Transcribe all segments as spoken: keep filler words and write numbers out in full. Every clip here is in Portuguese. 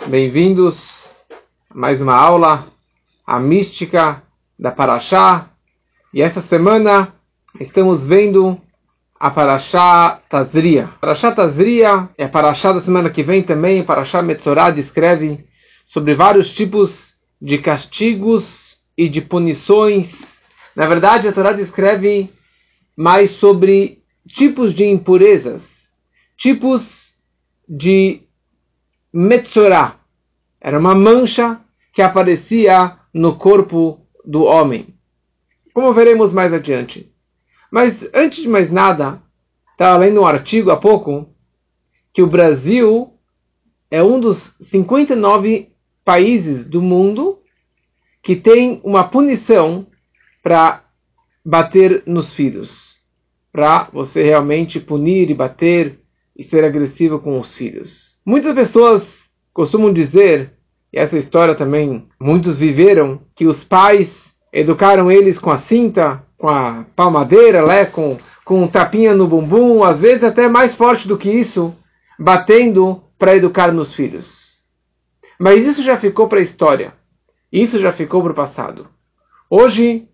Bem-vindos a mais uma aula, a mística da Parashá. E essa semana estamos vendo a Parashá Tazria. Parashá Tazria é a Parashá da semana que vem também. Parashá Metzorá descreve sobre vários tipos de castigos e de punições. Na verdade, a Torá descreve mais sobre tipos de impurezas, tipos de Metzorá. Era uma mancha que aparecia no corpo do homem, como veremos mais adiante. Mas antes de mais nada, estava lendo um artigo há pouco que o Brasil é um dos cinquenta e nove países do mundo que tem uma punição para bater nos filhos, para você realmente punir e bater e ser agressivo com os filhos. Muitas pessoas costumam dizer, e essa história também muitos viveram, que os pais educaram eles com a cinta, com a palmadeira, né, com, com um tapinha no bumbum, às vezes até mais forte do que isso, batendo para educar nos filhos. Mas isso já ficou para a história. Isso já ficou para o passado. Hoje,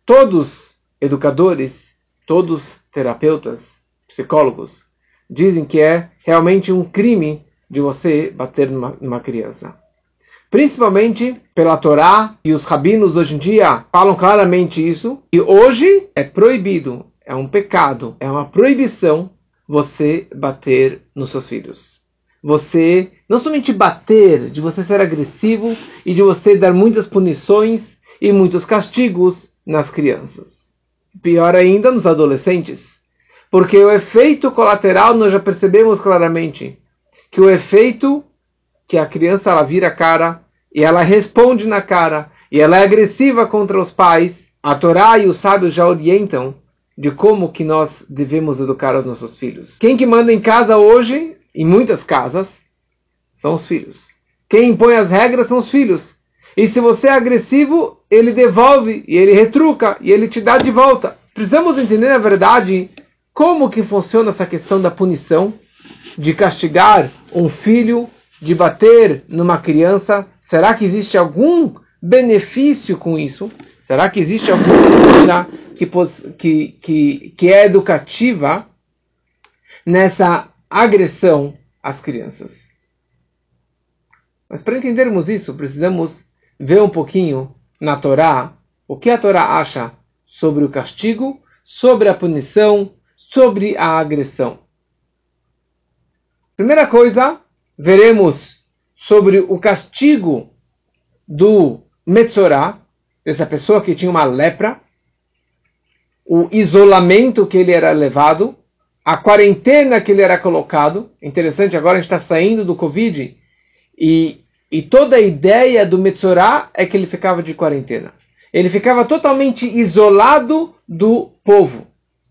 todos educadores, todos terapeutas, psicólogos, dizem que é realmente um crime de você bater numa, numa criança. Principalmente pela Torá, e os rabinos hoje em dia falam claramente isso, e hoje é proibido, é um pecado, é uma proibição você bater nos seus filhos. Você, não somente bater, de você ser agressivo e de você dar muitas punições e muitos castigos nas crianças. Pior ainda nos adolescentes. Porque o efeito colateral nós já percebemos claramente. Que o efeito que a criança ela vira a cara e ela responde na cara e ela é agressiva contra os pais, a Torá e os sábios já orientam de como que nós devemos educar os nossos filhos. Quem que manda em casa hoje, em muitas casas, são os filhos. Quem impõe as regras são os filhos. E se você é agressivo, ele devolve, e ele retruca, e ele te dá de volta. Precisamos entender, na verdade, como que funciona essa questão da punição, de castigar um filho, de bater numa criança. Será que existe algum benefício com isso? Será que existe alguma coisa que, que, que, que é educativa nessa agressão às crianças? Mas para entendermos isso, precisamos ver um pouquinho na Torá o que a Torá acha sobre o castigo, sobre a punição, sobre a agressão. Primeira coisa, veremos sobre o castigo do Metzorá, dessa pessoa que tinha uma lepra, o isolamento que ele era levado, a quarentena que ele era colocado. Interessante, agora a gente está saindo do Covid, e, e toda a ideia do Metzorá é que ele ficava de quarentena. Ele ficava totalmente isolado do povo.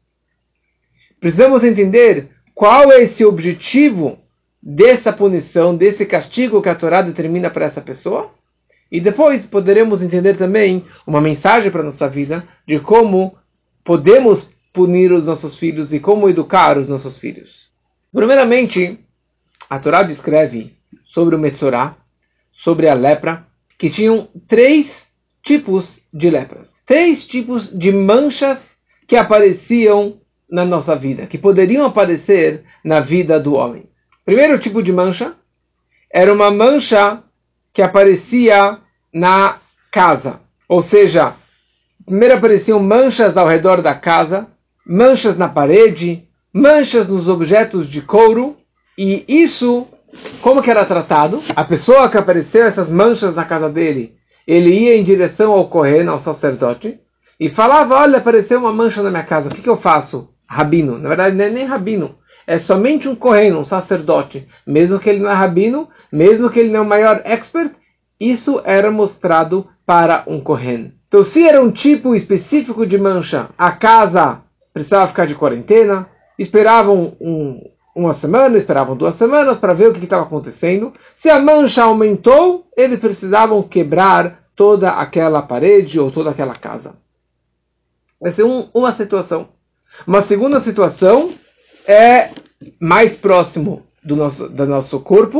Precisamos entender qual é esse objetivo dessa punição, desse castigo que a Torá determina para essa pessoa. E depois poderemos entender também uma mensagem para a nossa vida de como podemos punir os nossos filhos e como educar os nossos filhos. Primeiramente, a Torá descreve sobre o Metzorá, sobre a lepra, que tinham três tipos de lepras. Três tipos de manchas que apareciam na nossa vida, que poderiam aparecer na vida do homem. Primeiro tipo de mancha era uma mancha que aparecia na casa. Ou seja, primeiro apareciam manchas ao redor da casa, manchas na parede, manchas nos objetos de couro. E isso, como que era tratado? A pessoa que apareceu essas manchas na casa dele, ele ia em direção ao Kohen, ao sacerdote, e falava: olha, apareceu uma mancha na minha casa, o que, que eu faço? Rabino. Na verdade, não é nem rabino. É somente um Kohen, um sacerdote. Mesmo que ele não é rabino, mesmo que ele não é o maior expert, isso era mostrado para um Kohen. Então, se era um tipo específico de mancha, a casa precisava ficar de quarentena, esperavam um, uma semana, esperavam duas semanas para ver o que estava acontecendo. Se a mancha aumentou, eles precisavam quebrar toda aquela parede ou toda aquela casa. Essa é um, uma situação. Uma segunda situação é mais próximo do nosso, do nosso corpo,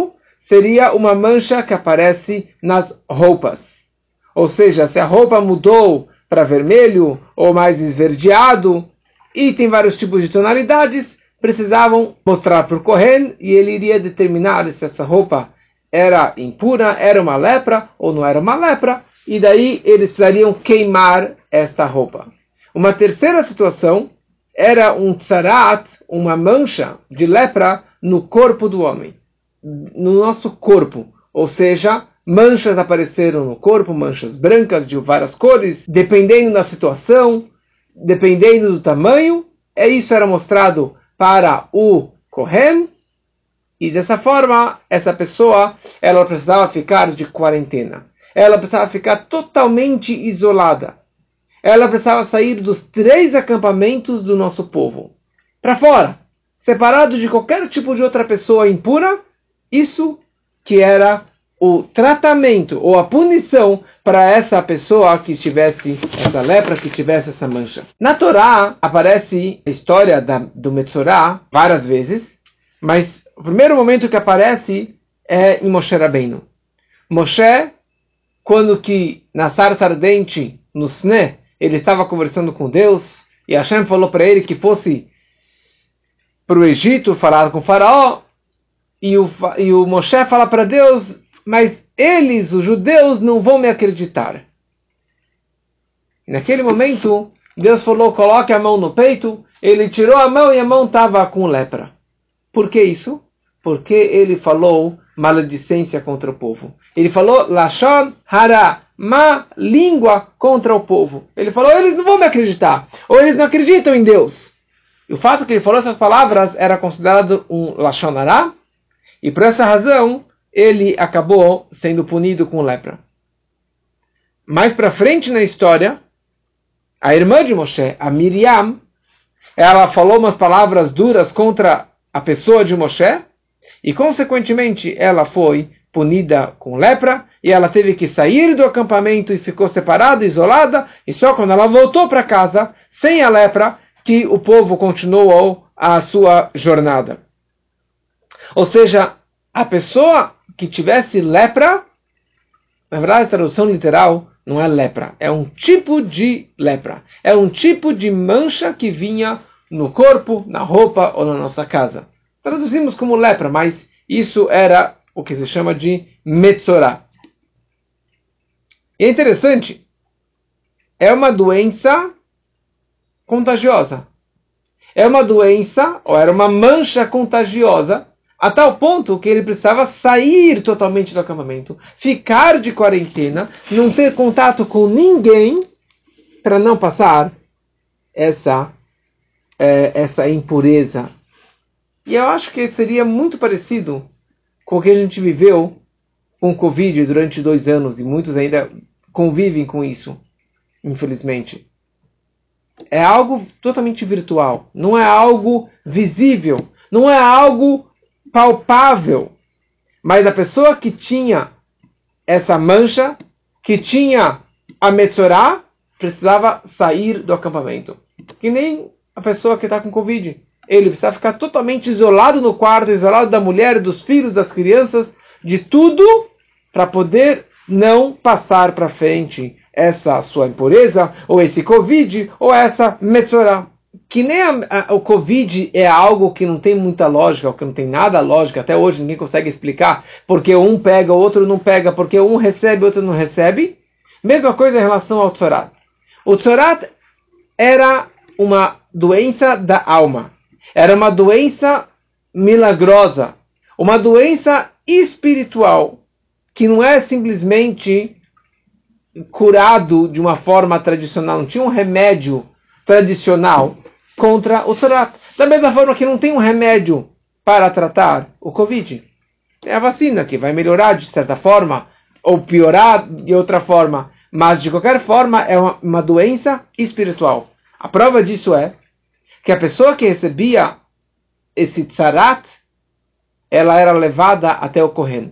seria uma mancha que aparece nas roupas. Ou seja, se a roupa mudou para vermelho ou mais esverdeado, e tem vários tipos de tonalidades, precisavam mostrar para o Kohen e ele iria determinar se essa roupa era impura, era uma lepra ou não era uma lepra, e daí eles precisariam queimar esta roupa. Uma terceira situação era um tsarat, uma mancha de lepra no corpo do homem, no nosso corpo, ou seja, manchas apareceram no corpo, manchas brancas de várias cores, dependendo da situação, dependendo do tamanho, e isso era mostrado para o Kohen, e dessa forma, essa pessoa, ela precisava ficar de quarentena. Ela precisava ficar totalmente isolada. Ela precisava sair dos três acampamentos do nosso povo. Para fora, separado de qualquer tipo de outra pessoa impura, isso que era o tratamento ou a punição para essa pessoa que tivesse essa lepra, que tivesse essa mancha. Na Torá aparece a história da, do Metzorá várias vezes, mas o primeiro momento que aparece é em Moshe Rabbeinu. Moshe, quando que na sarça ardente, no Sne, ele estava conversando com Deus, e Hashem falou para ele que fosse para o Egito falar com o faraó, e o, e o Moshe fala para Deus, mas eles, os judeus, não vão me acreditar. Naquele momento, Deus falou, coloque a mão no peito, ele tirou a mão e a mão estava com lepra. Por que isso? Porque ele falou maledicência contra o povo. Ele falou Lashon Hara, má língua contra o povo. Ele falou, eles não vão me acreditar, ou eles não acreditam em Deus. E o fato que ele falou essas palavras era considerado um Lashon Hara, e por essa razão, ele acabou sendo punido com lepra. Mais para frente na história, a irmã de Moshe, a Miriam, ela falou umas palavras duras contra a pessoa de Moshe, e consequentemente ela foi punida com lepra, e ela teve que sair do acampamento e ficou separada, isolada, e só quando ela voltou para casa, sem a lepra, que o povo continuou a sua jornada. Ou seja, a pessoa que tivesse lepra, na verdade a tradução literal não é lepra, é um tipo de lepra, é um tipo de mancha que vinha no corpo, na roupa ou na nossa casa. Traduzimos como lepra, mas isso era o que se chama de Metzorá. E é interessante, é uma doença contagiosa. É uma doença, ou era uma mancha contagiosa, a tal ponto que ele precisava sair totalmente do acampamento, ficar de quarentena, não ter contato com ninguém, para não passar essa, é, essa impureza. E eu acho que seria muito parecido com o que a gente viveu com o Covid durante dois anos, e muitos ainda convivem com isso, infelizmente. É algo totalmente virtual, não é algo visível, não é algo palpável. Mas a pessoa que tinha essa mancha, que tinha a Metzorá, precisava sair do acampamento. Que nem a pessoa que está com Covid. Ele precisa ficar totalmente isolado no quarto, isolado da mulher, dos filhos, das crianças, de tudo, para poder não passar para frente essa sua impureza, ou esse Covid, ou essa Metzorá. Que nem a, a, o Covid é algo que não tem muita lógica, ou que não tem nada lógica, até hoje ninguém consegue explicar, porque um pega, o outro não pega, porque um recebe, o outro não recebe. Mesma coisa em relação ao Tzorat. O Tzorat era uma doença da alma. Era uma doença milagrosa, uma doença espiritual, que não é simplesmente curado de uma forma tradicional, não tinha um remédio tradicional contra o Tzorat. Da mesma forma que não tem um remédio para tratar o Covid. É a vacina que vai melhorar de certa forma, ou piorar de outra forma, mas de qualquer forma é uma, uma doença espiritual. A prova disso é que a pessoa que recebia esse tzarat, ela era levada até o Kohen,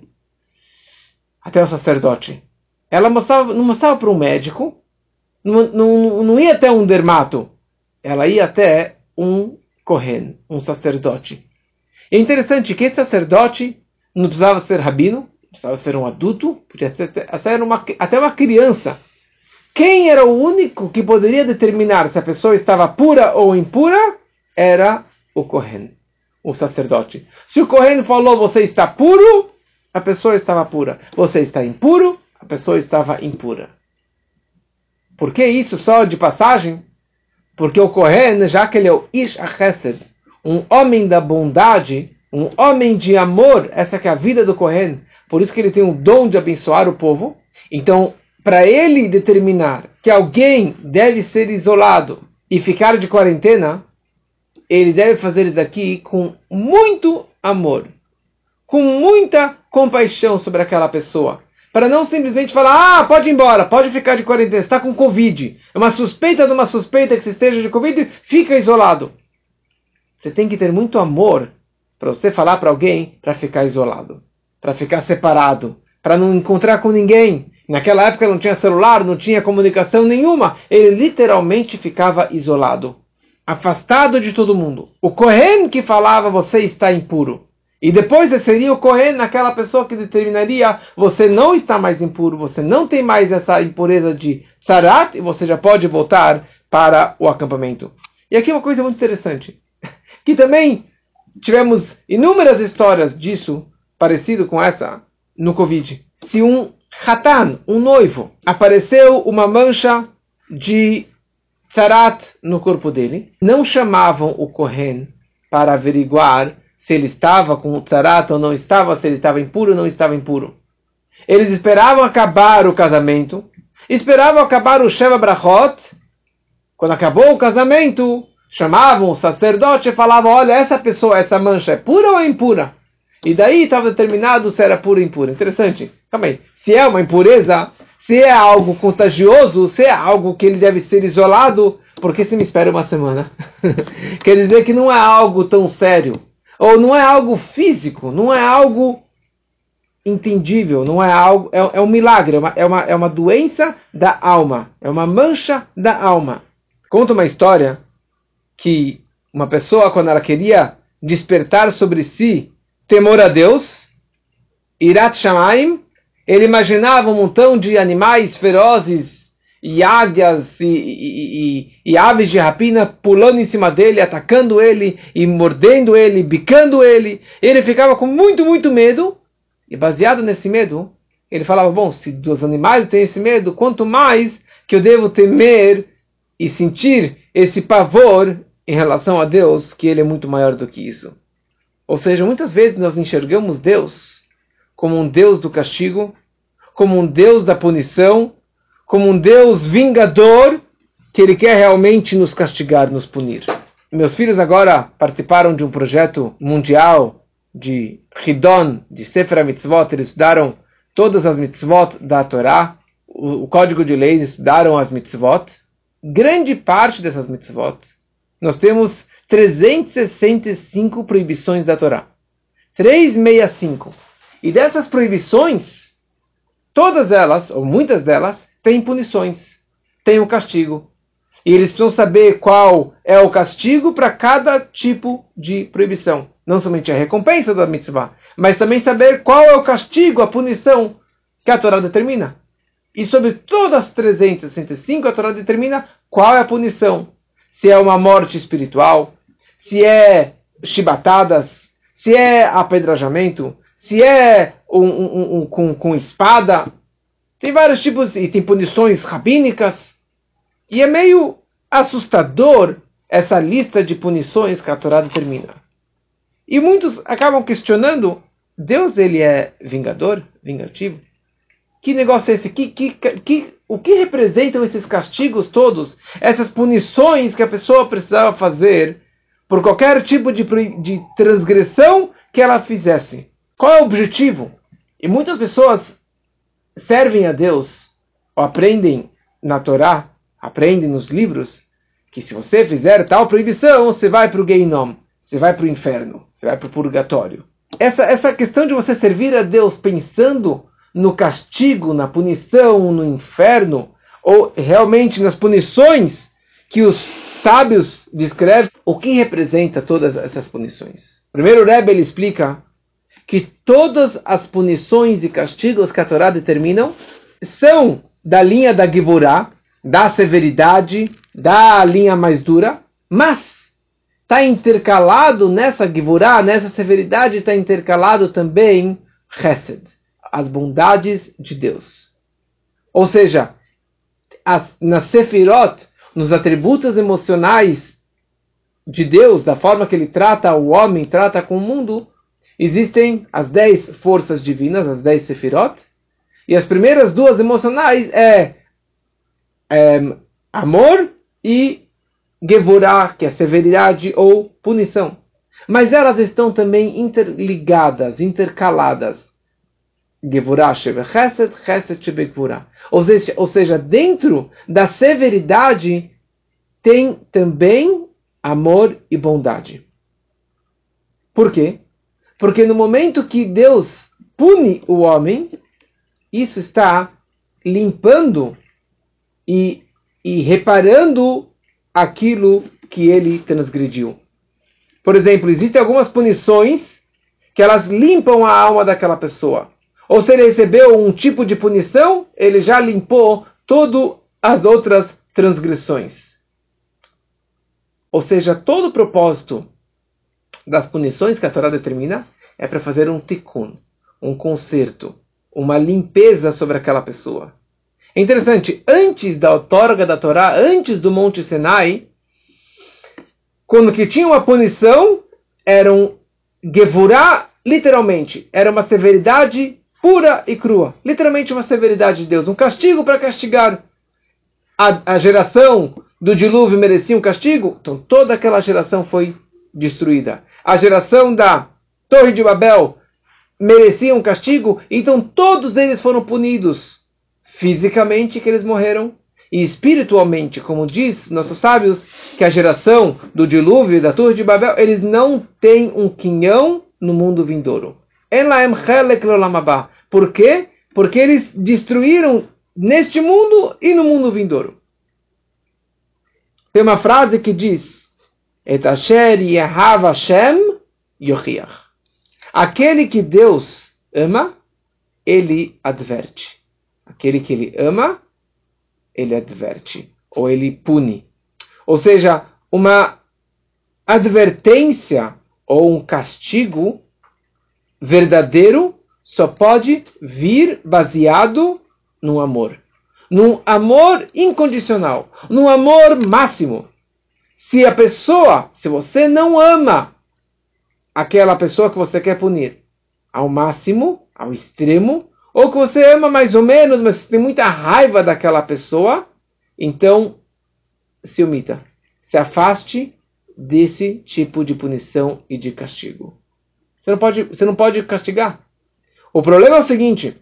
até o sacerdote. Ela mostrava, não mostrava para um médico, não, não, não ia até um dermato, ela ia até um Kohen, um sacerdote. É interessante que esse sacerdote não precisava ser rabino, precisava ser um adulto, podia ser até uma, até uma criança. Quem era o único que poderia determinar se a pessoa estava pura ou impura? Era o Kohen, o sacerdote. Se o Kohen falou, você está puro, a pessoa estava pura. Você está impuro, a pessoa estava impura. Por que isso só de passagem? Porque o Kohen, já que ele é o Ish HaChesed, um homem da bondade, um homem de amor, essa que é a vida do Kohen, por isso que ele tem o dom de abençoar o povo. Então, para ele determinar que alguém deve ser isolado e ficar de quarentena, ele deve fazer isso daqui com muito amor, com muita compaixão sobre aquela pessoa. Para não simplesmente falar, ah, pode ir embora, pode ficar de quarentena, está com Covid. É uma suspeita de uma suspeita que você esteja de Covid, fica isolado. Você tem que ter muito amor para você falar para alguém para ficar isolado, para ficar separado, para não encontrar com ninguém. Naquela época não tinha celular, não tinha comunicação nenhuma. Ele literalmente ficava isolado, afastado de todo mundo. O Kohen que falava, você está impuro. E depois seria o Kohen, aquela pessoa que determinaria, você não está mais impuro, você não tem mais essa impureza de tzarat, e você já pode voltar para o acampamento. E aqui uma coisa muito interessante, que também tivemos inúmeras histórias disso, parecido com essa, no Covid. Se um Hatan, um noivo, apareceu uma mancha de tzarat no corpo dele, não chamavam o Kohen para averiguar se ele estava com o tzarat ou não estava, se ele estava impuro ou não estava impuro. Eles esperavam acabar o casamento, esperavam acabar o Sheva Brachot. Quando acabou o casamento, chamavam o sacerdote e falavam, olha, essa pessoa, essa mancha é pura ou é impura? E daí estava determinado se era pura ou impura. Interessante. Calma aí. Se é uma impureza, se é algo contagioso, se é algo que ele deve ser isolado, por que se me espera uma semana? Quer dizer que não é algo tão sério. Ou não é algo físico, não é algo entendível, não é algo, é, é um milagre, é uma, é, uma, é uma doença da alma, é uma mancha da alma. Conta uma história que uma pessoa, quando ela queria despertar sobre si temor a Deus, Irat Shamayim, ele imaginava um montão de animais ferozes, e águias e, e, e, e aves de rapina pulando em cima dele, atacando ele, e mordendo ele, bicando ele. Ele ficava com muito, muito medo, e baseado nesse medo, ele falava, bom, se dos animais têm esse medo, quanto mais que eu devo temer e sentir esse pavor em relação a Deus, que ele é muito maior do que isso. Ou seja, muitas vezes nós enxergamos Deus como um Deus do castigo, como um Deus da punição, como um Deus vingador, que ele quer realmente nos castigar, nos punir. Meus filhos agora participaram de um projeto mundial de Hidon, de Sefer HaMitzvot. Eles estudaram todas as mitzvot da Torá, o, o código de leis, estudaram as mitzvot. Grande parte dessas mitzvot, nós temos trezentas e sessenta e cinco proibições da Torá. trezentas e sessenta e cinco. E dessas proibições, todas elas, ou muitas delas, tem punições, tem o castigo. E eles precisam saber qual é o castigo para cada tipo de proibição. Não somente a recompensa da mitzvah, mas também saber qual é o castigo, a punição que a Torá determina. E sobre todas as trezentas e sessenta e cinco, a Torá determina qual é a punição. Se é uma morte espiritual, se é chibatadas, se é apedrejamento, se é um, um, um, com, com espada. Tem vários tipos, e tem punições rabínicas. E é meio assustador essa lista de punições que a Torá determina. E muitos acabam questionando, Deus ele é vingador, vingativo? Que negócio é esse? Que, que, que, o que representam esses castigos todos? Essas punições que a pessoa precisava fazer por qualquer tipo de, de transgressão que ela fizesse? Qual é o objetivo? E muitas pessoas servem a Deus, ou aprendem na Torá, aprendem nos livros, que se você fizer tal proibição, você vai para o Geinom, você vai para o inferno, você vai para o purgatório. Essa, essa questão de você servir a Deus pensando no castigo, na punição, no inferno, ou realmente nas punições que os sábios descrevem, o que representa todas essas punições? Primeiro o Rebbe ele explica que todas as punições e castigos que a Torá determinam são da linha da Gevurah, da severidade, da linha mais dura, mas está intercalado nessa Gevurah, nessa severidade, está intercalado também Chesed, as bondades de Deus. Ou seja, as, nas Sefirot, nos atributos emocionais de Deus, da forma que ele trata o homem, trata com o mundo, existem as dez forças divinas, as dez Sefirot, e as primeiras duas emocionais é, é amor e Gevurah, que é severidade ou punição. Mas elas estão também interligadas, intercaladas. Gevurah shebe chesed, chesed shebe gevurah. Ou seja, ou seja, dentro da severidade tem também amor e bondade. Por quê? Porque no momento que Deus pune o homem, isso está limpando e, e reparando aquilo que ele transgrediu. Por exemplo, existem algumas punições que elas limpam a alma daquela pessoa. Ou se ele recebeu um tipo de punição, ele já limpou todas as outras transgressões. Ou seja, todo o propósito das punições que a Torá determina é para fazer um tikkun, um conserto, uma limpeza sobre aquela pessoa. É interessante, antes da outorga da Torá, antes do Monte Sinai, quando que tinha uma punição, era um Gevurah, literalmente, era uma severidade pura e crua. Literalmente uma severidade de Deus, um castigo para castigar. A, a geração do dilúvio merecia um castigo, então toda aquela geração foi destruída. A geração da Torre de Babel merecia um castigo, então todos eles foram punidos. Fisicamente, que eles morreram, e espiritualmente, como diz nossos sábios, que a geração do dilúvio e da Torre de Babel, eles não têm um quinhão no mundo vindouro. Por quê? Porque eles destruíram neste mundo e no mundo vindouro. Tem uma frase que diz: Et asher yehav Hashem yochiach. Aquele que Deus ama, ele adverte. Aquele que ele ama, ele adverte. Ou ele pune. Ou seja, uma advertência ou um castigo verdadeiro só pode vir baseado no amor. Num amor incondicional. Num amor máximo. Se a pessoa, se você não ama aquela pessoa que você quer punir ao máximo, ao extremo, ou que você ama mais ou menos, mas tem muita raiva daquela pessoa, então se omita. Se afaste desse tipo de punição e de castigo. Você não pode, você não pode castigar. O problema é o seguinte: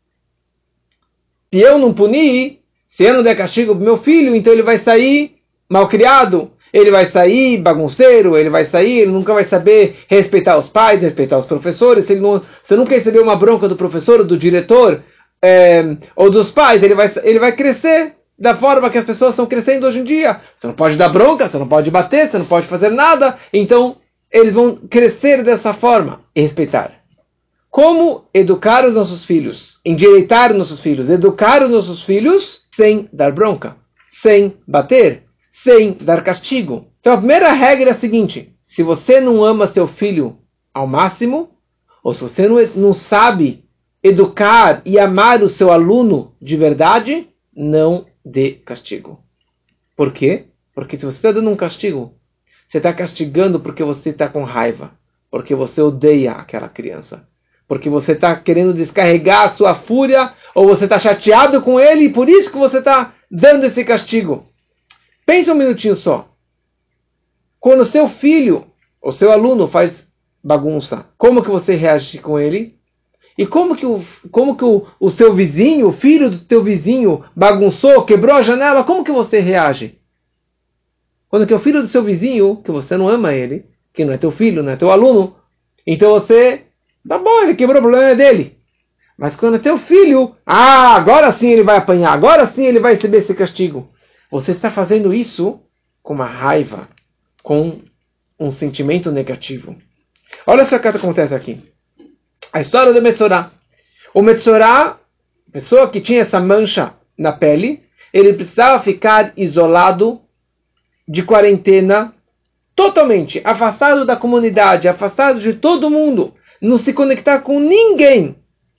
se eu não punir, se eu não der castigo para meu filho, então ele vai sair malcriado, ele vai sair bagunceiro, ele vai sair, ele nunca vai saber respeitar os pais, respeitar os professores. Se ele não, se nunca recebeu uma bronca do professor, ou do diretor, é, ou dos pais, ele vai, ele vai crescer da forma que as pessoas estão crescendo hoje em dia. Você não pode dar bronca, você não pode bater, você não pode fazer nada. Então, eles vão crescer dessa forma e respeitar. Como educar os nossos filhos? Endireitar os nossos filhos. Educar os nossos filhos sem dar bronca, sem bater, sem dar castigo. Então a primeira regra é a seguinte: se você não ama seu filho ao máximo, ou se você não, não sabe educar e amar o seu aluno de verdade, não dê castigo. Por quê? Porque se você está dando um castigo, você está castigando porque você está com raiva, porque você odeia aquela criança, porque você está querendo descarregar a sua fúria, ou você está chateado com ele, e por isso que você está dando esse castigo. Pensa um minutinho só. Quando seu filho, ou seu aluno faz bagunça, como que você reage com ele? E como que, o, como que o, o seu vizinho, o filho do teu vizinho bagunçou, quebrou a janela, como que você reage? Quando que o filho do seu vizinho, que você não ama ele, que não é teu filho, não é teu aluno, então você, tá bom, ele quebrou, o problema é dele. Mas quando é teu filho, ah, agora sim ele vai apanhar, agora sim ele vai receber esse castigo. Você está fazendo isso com uma raiva, com um sentimento negativo. Olha só o que acontece aqui. A história do Metzorá. O Metzorá, pessoa que tinha essa mancha na pele, ele precisava ficar isolado de quarentena, totalmente afastado da comunidade, afastado de todo mundo, não se conectar com ninguém.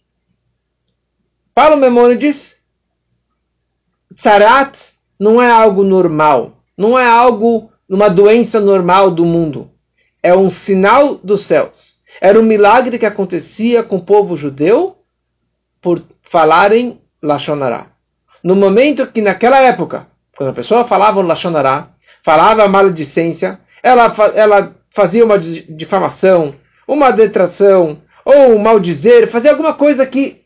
Paulo Maimônides, Tzarat não é algo normal, não é algo, uma doença normal do mundo. É um sinal dos céus. Era um milagre que acontecia com o povo judeu por falarem Lashon Hara. No momento que, naquela época, quando a pessoa falava Lashon Hara, falava maledicência, ela, ela fazia uma difamação, uma detração, ou um maldizer, fazia alguma coisa que,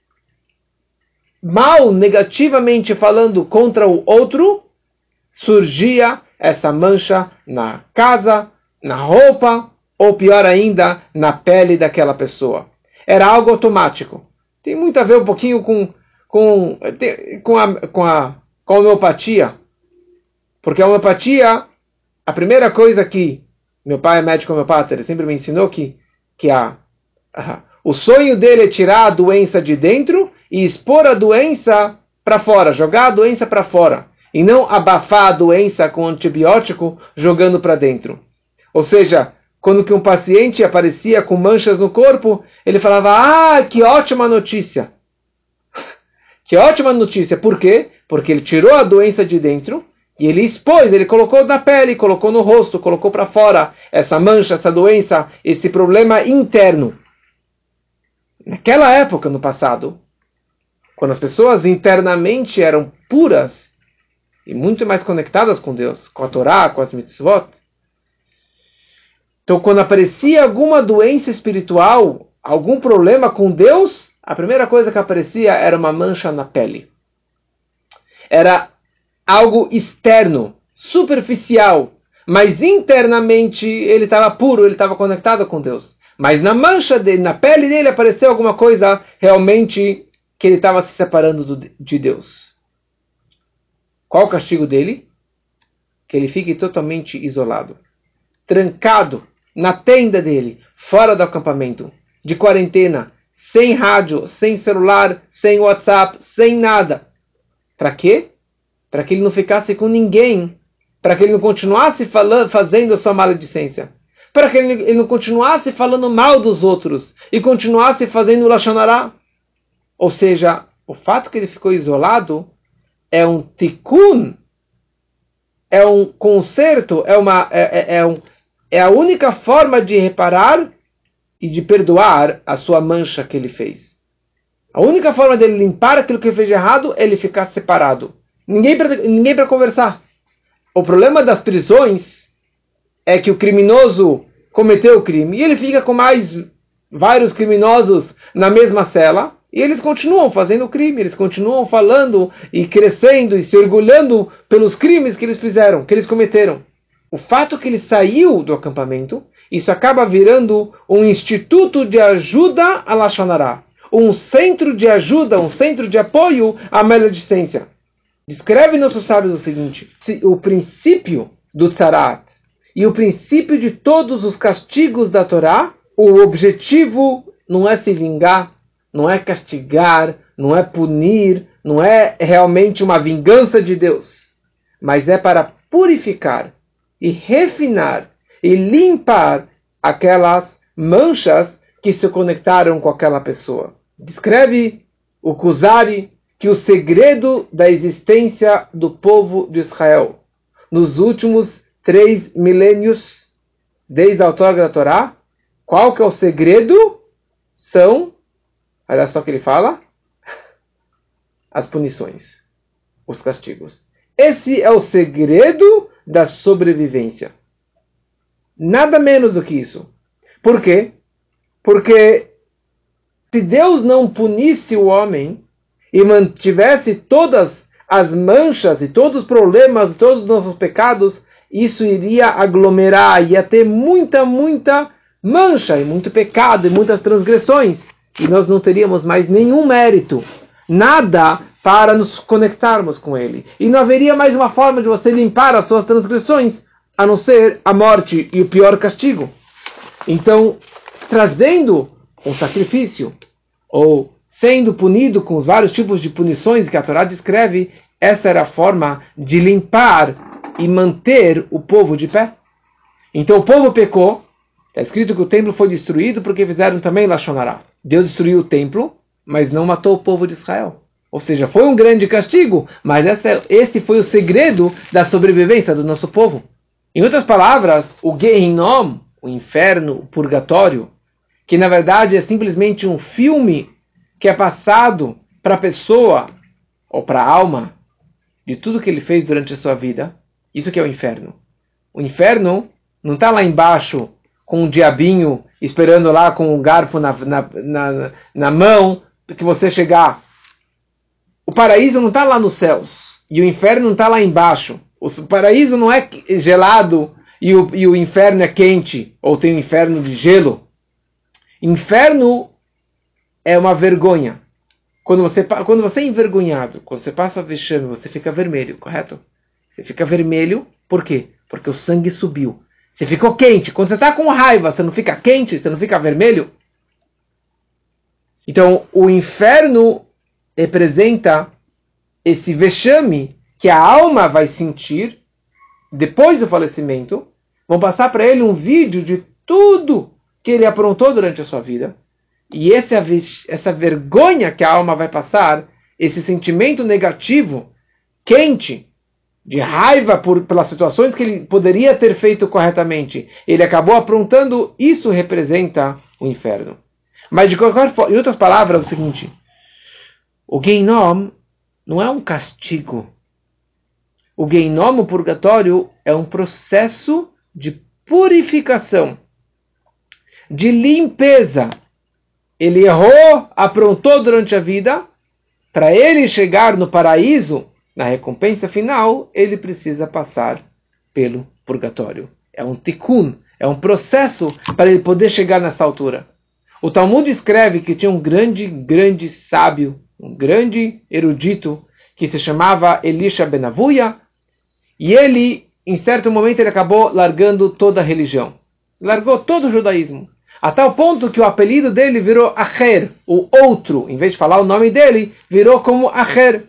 mal, negativamente falando contra o outro, surgia essa mancha na casa, na roupa, ou pior ainda, na pele daquela pessoa. Era algo automático. Tem muito a ver um pouquinho com, com, com, a, com, a, com a homeopatia. Porque a homeopatia, a primeira coisa que meu pai é médico homeopata, ele sempre me ensinou que, que a, a, o sonho dele é tirar a doença de dentro e expor a doença para fora, jogar a doença para fora. E não abafar a doença com antibiótico jogando para dentro. Ou seja, quando que um paciente aparecia com manchas no corpo, ele falava, ah, que ótima notícia. Que ótima notícia. Por quê? Porque ele tirou a doença de dentro e ele expôs, ele colocou na pele, colocou no rosto, colocou para fora essa mancha, essa doença, esse problema interno. Naquela época, no passado, quando as pessoas internamente eram puras e muito mais conectadas com Deus, com a Torá, com as mitzvot, então, quando aparecia alguma doença espiritual, algum problema com Deus, a primeira coisa que aparecia era uma mancha na pele. Era algo externo, superficial, mas internamente ele estava puro, ele estava conectado com Deus. Mas na mancha dele, na pele dele, apareceu alguma coisa realmente que ele estava se separando do, de Deus. Qual o castigo dele? Que ele fique totalmente isolado, trancado na tenda dele, fora do acampamento, de quarentena, sem rádio, sem celular, sem WhatsApp, sem nada. Para quê? Para que ele não ficasse com ninguém, para que ele não continuasse falando, fazendo a sua maledicência, para que ele, ele não continuasse falando mal dos outros e continuasse fazendo Lashon Hara. Ou seja, o fato que ele ficou isolado é um tikkun, é um conserto, é, uma, é, é, é, um, é a única forma de reparar e de perdoar a sua mancha que ele fez. A única forma dele limpar aquilo que ele fez de errado é ele ficar separado. Ninguém para ninguém para conversar. O problema das prisões é que o criminoso cometeu o crime e ele fica com mais vários criminosos na mesma cela e eles continuam fazendo o crime, eles continuam falando e crescendo e se orgulhando pelos crimes que eles fizeram, que eles cometeram. O fato que ele saiu do acampamento, isso acaba virando um instituto de ajuda a Lashon Hara, um centro de ajuda, um centro de apoio à maledicência. Descreve nossos sábios o seguinte: o princípio do Tzarat e o princípio de todos os castigos da Torá, o objetivo não é se vingar, não é castigar, não é punir, não é realmente uma vingança de Deus, mas é para purificar e refinar e limpar aquelas manchas que se conectaram com aquela pessoa. Descreve o Kuzari que o segredo da existência do povo de Israel nos últimos três milênios, desde a outorga da Torá, qual que é o segredo? São, olha só o que ele fala, as punições, os castigos. Esse é o segredo da sobrevivência. Nada menos do que isso. Por quê? Porque se Deus não punisse o homem e mantivesse todas as manchas e todos os problemas, todos os nossos pecados, isso iria aglomerar, ia ter muita, muita mancha e muito pecado e muitas transgressões. E nós não teríamos mais nenhum mérito, nada para nos conectarmos com Ele. E não haveria mais uma forma de você limpar as suas transgressões, a não ser a morte e o pior castigo. Então, trazendo um sacrifício, ou sendo punido com os vários tipos de punições que a Torá descreve, essa era a forma de limpar e manter o povo de pé. Então o povo pecou, está escrito que o templo foi destruído porque fizeram também Lashon Hará. Deus destruiu o templo, mas não matou o povo de Israel. Ou seja, foi um grande castigo, mas essa, esse foi o segredo da sobrevivência do nosso povo. Em outras palavras, o Gehinom, o inferno, o purgatório, que na verdade é simplesmente um filme que é passado para a pessoa, ou para a alma, de tudo que ele fez durante a sua vida, isso que é o inferno. O inferno não está lá embaixo com um diabinho esperando lá com um garfo na, na, na, na mão que você chegar. O paraíso não está lá nos céus e o inferno não está lá embaixo. O paraíso não é gelado e o, e o inferno é quente, ou tem um inferno de gelo. Inferno é uma vergonha. Quando você, quando você é envergonhado, quando você passa vexame, você fica vermelho, correto? Você fica vermelho, por quê? Porque o sangue subiu. Você ficou quente. Quando você está com raiva, você não fica quente, você não fica vermelho? Então, o inferno representa esse vexame que a alma vai sentir depois do falecimento. Vão passar para ele um vídeo de tudo que ele aprontou durante a sua vida. E essa, essa vergonha que a alma vai passar, esse sentimento negativo, quente, de raiva por, pelas situações que ele poderia ter feito corretamente, ele acabou aprontando, isso representa o inferno. Mas, de qualquer forma, em outras palavras, é o seguinte: o Gehinom não é um castigo. O Gehinom, o purgatório, é um processo de purificação, de limpeza. Ele errou, aprontou durante a vida, para ele chegar no paraíso, na recompensa final, ele precisa passar pelo purgatório. É um tikkun, é um processo para ele poder chegar nessa altura. O Talmud escreve que tinha um grande, grande sábio, um grande erudito, que se chamava Elisha Ben Avuya, e ele, em certo momento, ele acabou largando toda a religião. Largou todo o judaísmo. A tal ponto que o apelido dele virou Acher, o outro. Em vez de falar o nome dele, virou como Acher.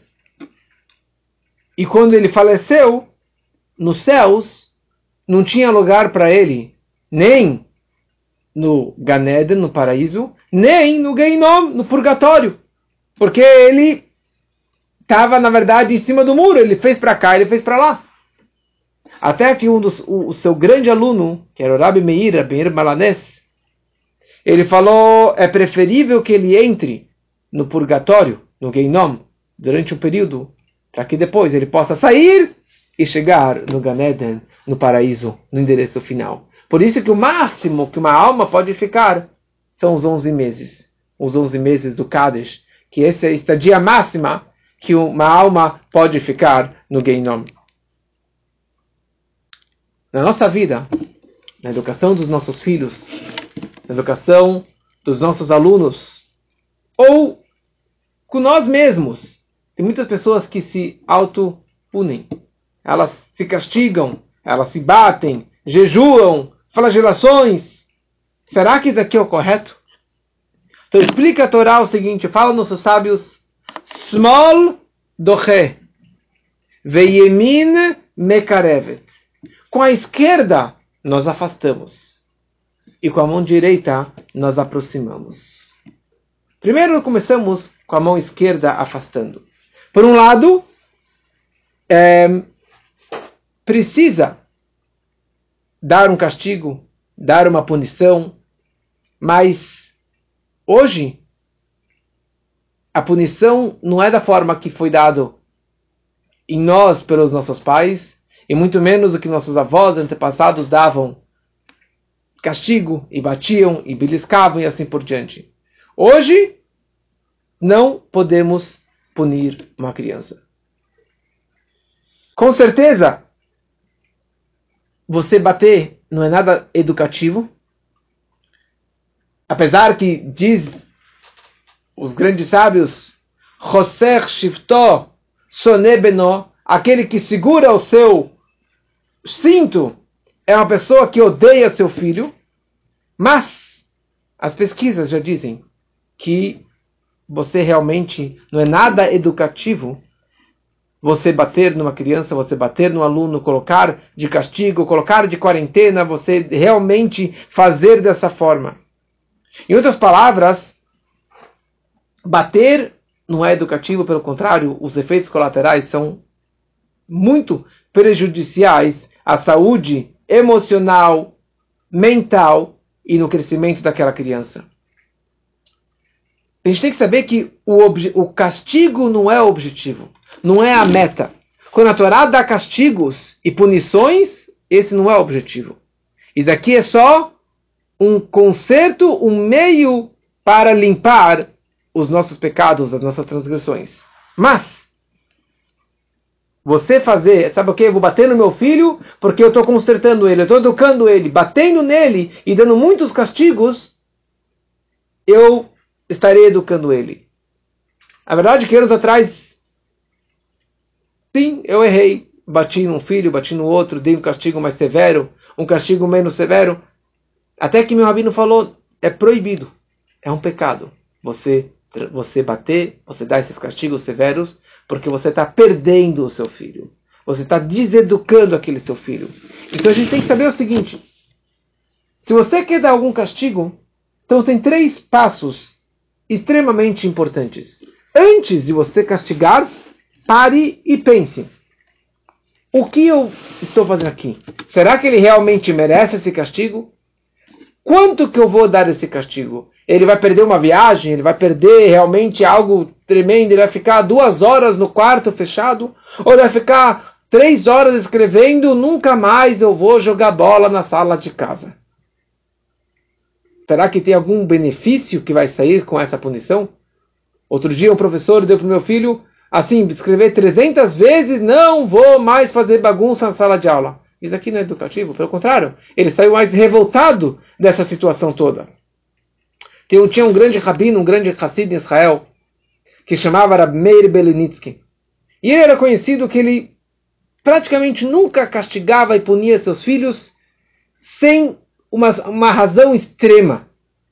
E quando ele faleceu, nos céus, não tinha lugar para ele, nem no Gan Eden, no paraíso, nem no Gehinom, no purgatório. Porque ele estava, na verdade, em cima do muro. Ele fez para cá, ele fez para lá. Até que um dos, o, o seu grande aluno, que era o Rabbi Meir, Rabbi Meir Balanés, ele falou, é preferível que ele entre no purgatório, no Gehinom, durante um período, para que depois ele possa sair e chegar no Gan Eden, no paraíso, no endereço final. Por isso que o máximo que uma alma pode ficar são os onze meses. Os onze meses do Kadesh, que essa é a estadia máxima que uma alma pode ficar no Gehinom. Na nossa vida, na educação dos nossos filhos, na educação dos nossos alunos, ou com nós mesmos, tem muitas pessoas que se auto-punem. Elas se castigam, elas se batem, jejuam, flagelações. Será que isso aqui é o correto? Então explica a Torá o seguinte, fala nossos sábios, Smol doche, veyemin mekarevet. Com a esquerda, nós afastamos. E com a mão direita, nós aproximamos. Primeiro começamos com a mão esquerda afastando. Por um lado, é, precisa dar um castigo, dar uma punição, mas hoje a punição não é da forma que foi dado em nós pelos nossos pais, e muito menos do que nossos avós antepassados davam castigo, e batiam, e beliscavam, e assim por diante. Hoje, não podemos punir uma criança. Com certeza, você bater não é nada educativo. Apesar que diz os grandes sábios, Choser Shifto Soné Beno, aquele que segura o seu cinto é uma pessoa que odeia seu filho, mas as pesquisas já dizem que você realmente não é nada educativo você bater numa criança, você bater no aluno, colocar de castigo, colocar de quarentena, você realmente fazer dessa forma. Em outras palavras, bater não é educativo, pelo contrário, os efeitos colaterais são muito prejudiciais à saúde emocional, mental e no crescimento daquela criança. A gente tem que saber que o, o castigo não é o objetivo, não é a meta. Quando a Torá dá castigos e punições, esse não é o objetivo. E daqui é só um conserto, um meio para limpar os nossos pecados, as nossas transgressões. Mas, você fazer, sabe o que? Eu vou bater no meu filho porque eu estou consertando ele, eu estou educando ele, batendo nele e dando muitos castigos, eu estarei educando ele. A verdade é que anos atrás, sim, eu errei. Bati num filho, bati no outro, dei um castigo mais severo, um castigo menos severo. Até que meu rabino falou, é proibido, é um pecado. Você, você bater, você dar esses castigos severos, porque você está perdendo o seu filho. Você está deseducando aquele seu filho. Então a gente tem que saber o seguinte, se você quer dar algum castigo, então tem três passos extremamente importantes. Antes de você castigar, pare e pense. O que eu estou fazendo aqui? Será que ele realmente merece esse castigo? Quanto que eu vou dar esse castigo? Ele vai perder uma viagem? Ele vai perder realmente algo tremendo? Ele vai ficar duas horas no quarto fechado? Ou ele vai ficar três horas escrevendo? Nunca mais eu vou jogar bola na sala de casa. Será que tem algum benefício que vai sair com essa punição? Outro dia um professor deu para o meu filho, assim, escrever trezentas vezes, não vou mais fazer bagunça na sala de aula. Isso aqui não é educativo, pelo contrário. Ele saiu mais revoltado dessa situação toda. Tinha um grande rabino, um grande Hassid em Israel, que chamava Rab Meir Belinitsky. E ele era conhecido que ele praticamente nunca castigava e punia seus filhos sem uma, uma razão extrema.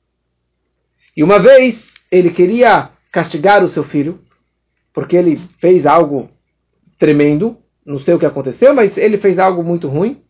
E uma vez ele queria castigar o seu filho, porque ele fez algo tremendo, não sei o que aconteceu, mas ele fez algo muito ruim,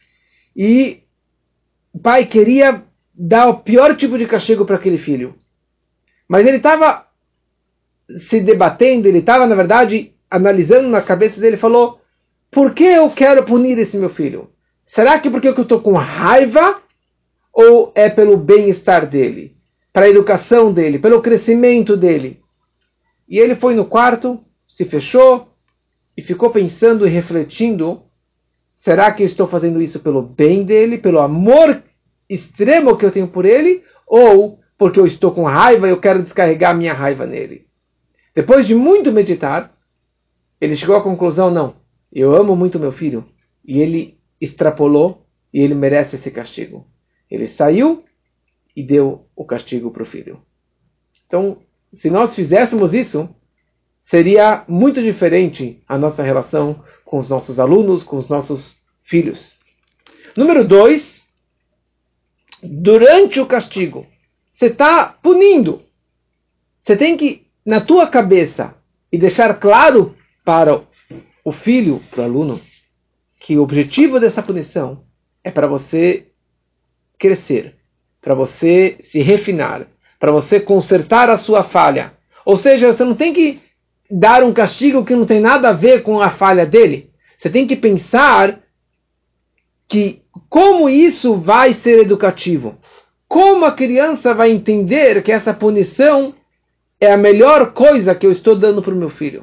e o pai queria dar o pior tipo de castigo para aquele filho. Mas ele estava se debatendo, ele estava, na verdade, analisando na cabeça dele, falou, por que eu quero punir esse meu filho? Será que porque eu estou com raiva, ou é pelo bem-estar dele? Para a educação dele, pelo crescimento dele? E ele foi no quarto, se fechou, e ficou pensando e refletindo, será que eu estou fazendo isso pelo bem dele, pelo amor extremo que eu tenho por ele, ou porque eu estou com raiva e eu quero descarregar minha raiva nele? Depois de muito meditar, ele chegou à conclusão, não, eu amo muito meu filho, e ele extrapolou, e ele merece esse castigo. Ele saiu e deu o castigo para o filho. Então, se nós fizéssemos isso, seria muito diferente a nossa relação com os nossos alunos, com os nossos filhos. Número dois, durante o castigo, você está punindo. Você tem que, na tua cabeça, e deixar claro para o filho, para o aluno, que o objetivo dessa punição é para você crescer, para você se refinar, para você consertar a sua falha. Ou seja, você não tem que dar um castigo que não tem nada a ver com a falha dele. Você tem que pensar que como isso vai ser educativo. Como a criança vai entender que essa punição é a melhor coisa que eu estou dando para o meu filho.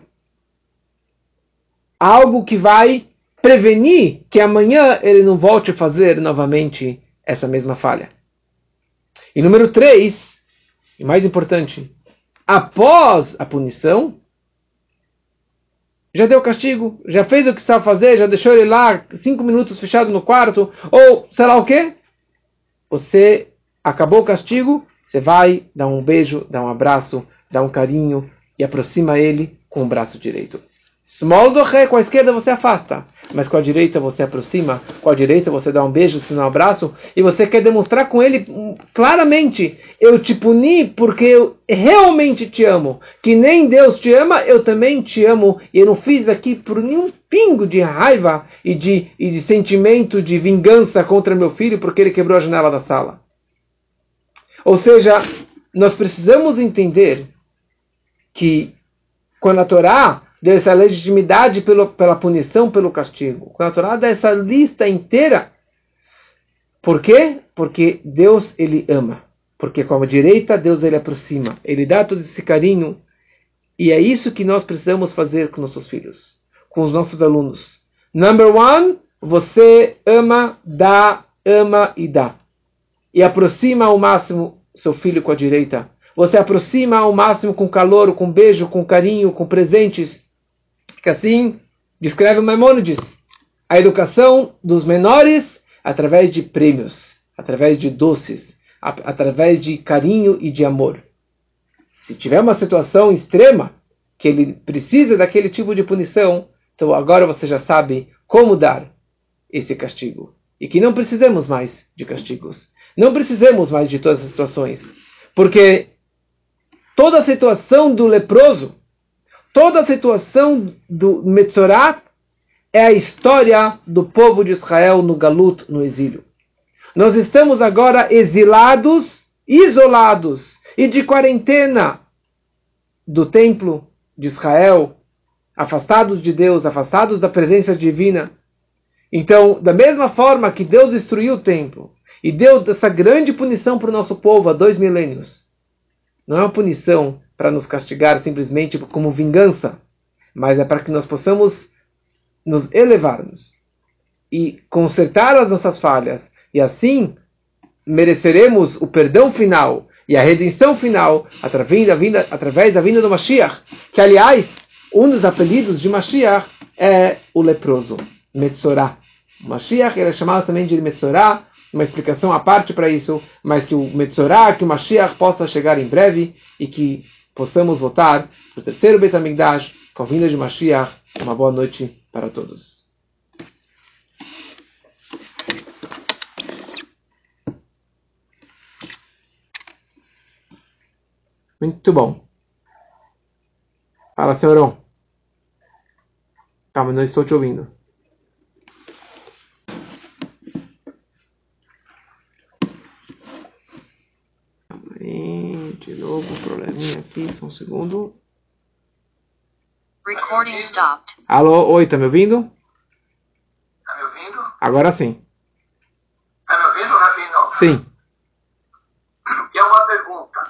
Algo que vai prevenir que amanhã ele não volte a fazer novamente essa mesma falha. E número três, e mais importante, após a punição, já deu castigo, já fez o que precisava fazer, já deixou ele lá cinco minutos fechado no quarto, ou sei lá o quê. Você acabou o castigo, você vai dar um beijo, dar um abraço, dar um carinho e aproxima ele com o braço direito. Small doche, com a esquerda você afasta. Mas com a direita você aproxima, com a direita você dá um beijo, se não um abraço, e você quer demonstrar com ele claramente, eu te puni porque eu realmente te amo, que nem Deus te ama, eu também te amo, e eu não fiz aqui por nenhum pingo de raiva e de, e de sentimento de vingança contra meu filho, porque ele quebrou a janela da sala. Ou seja, nós precisamos entender que quando a Torá dessa legitimidade pelo, pela punição, pelo castigo. Com a Torá dessa lista inteira. Por quê? Porque Deus, ele ama. Porque com a direita, Deus, ele aproxima. Ele dá todo esse carinho. E é isso que nós precisamos fazer com nossos filhos. Com os nossos alunos. Number one, você ama, dá, ama e dá. E aproxima ao máximo seu filho com a direita. Você aproxima ao máximo com calor, com beijo, com carinho, com presentes. Que assim descreve o Maimônides, a educação dos menores através de prêmios, através de doces, a, através de carinho e de amor. Se tiver uma situação extrema, que ele precisa daquele tipo de punição, então agora você já sabe como dar esse castigo. E que não precisamos mais de castigos. Não precisamos mais de todas as situações. Porque toda a situação do leproso, toda a situação do Metzorá é a história do povo de Israel no Galut, no exílio. Nós estamos agora exilados, isolados e de quarentena do templo de Israel, afastados de Deus, afastados da presença divina. Então, da mesma forma que Deus destruiu o templo e deu essa grande punição para o nosso povo há dois milênios, não é uma punição para nos castigar simplesmente como vingança, mas é para que nós possamos nos elevarmos e consertar as nossas falhas, e assim mereceremos o perdão final e a redenção final através da vinda, através da vinda do Mashiach, que aliás, um dos apelidos de Mashiach é o leproso, Metzorá. O Mashiach ele é chamado também de Metzorá, uma explicação à parte para isso, mas que o Metzorá, que o Mashiach possa chegar em breve e que possamos voltar para o terceiro Beit HaMikdash com a vinda de Mashiach. Uma boa noite para todos. Muito bom. Fala, senhorão. Calma, não estou te ouvindo. De novo, um probleminha aqui, só um segundo. Recording stopped. Alô, oi, tá me ouvindo? Tá me ouvindo? Agora sim. Tá me ouvindo, Rabino? Sim. E é uma pergunta.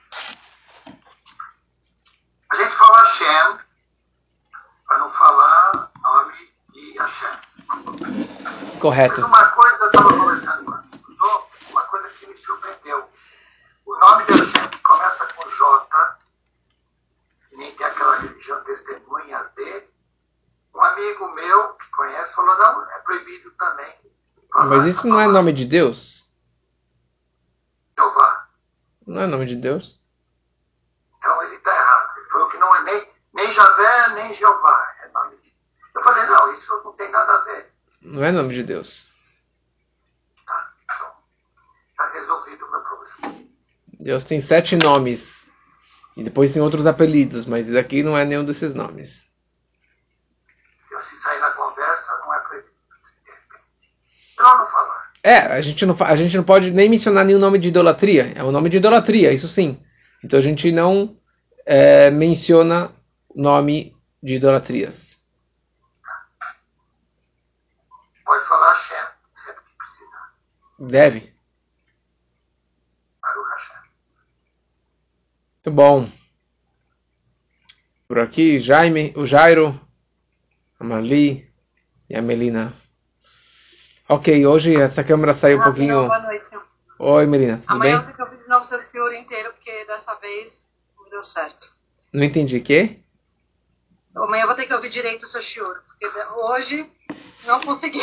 A gente fala Hashem, para não falar nome de Hashem. Correto. Mas uma coisa, eu estava conversando antes, uma coisa que me surpreendeu. O nome de Hashem começa com J, que nem tem aquela religião testemunhas de. Um amigo meu que conhece falou, não, é proibido também. Mas isso não é nome de Deus? Jeová. Não é nome de Deus? Então ele está errado. Ele falou que não é nem, nem Javé, nem Jeová. É nome de... Eu falei, não, isso não tem nada a ver. Não é nome de Deus. Tá, então, está resolvido o meu problema. Deus tem sete nomes. E depois tem outros apelidos, mas isso aqui não é nenhum desses nomes. Eu, se sair na conversa, não é proibido. Então não falar. É, a gente não, a gente não pode nem mencionar nenhum nome de idolatria. É um nome de idolatria, isso sim. Então a gente não é, menciona nome de idolatrias. Pode falar Hashem, sempre que precisar. Deve. Baruch Hashem. Muito bom. Por aqui, Jaime, o Jairo, a Marli e a Melina. Ok, hoje essa câmera saiu um pouquinho... Boa noite. Oi, Melina, tudo Amanhã bem? eu tenho que ouvir o seu senhor inteiro, porque dessa vez não deu certo. Não entendi, o quê? Amanhã eu vou ter que ouvir direito o seu shiur, porque hoje não consegui.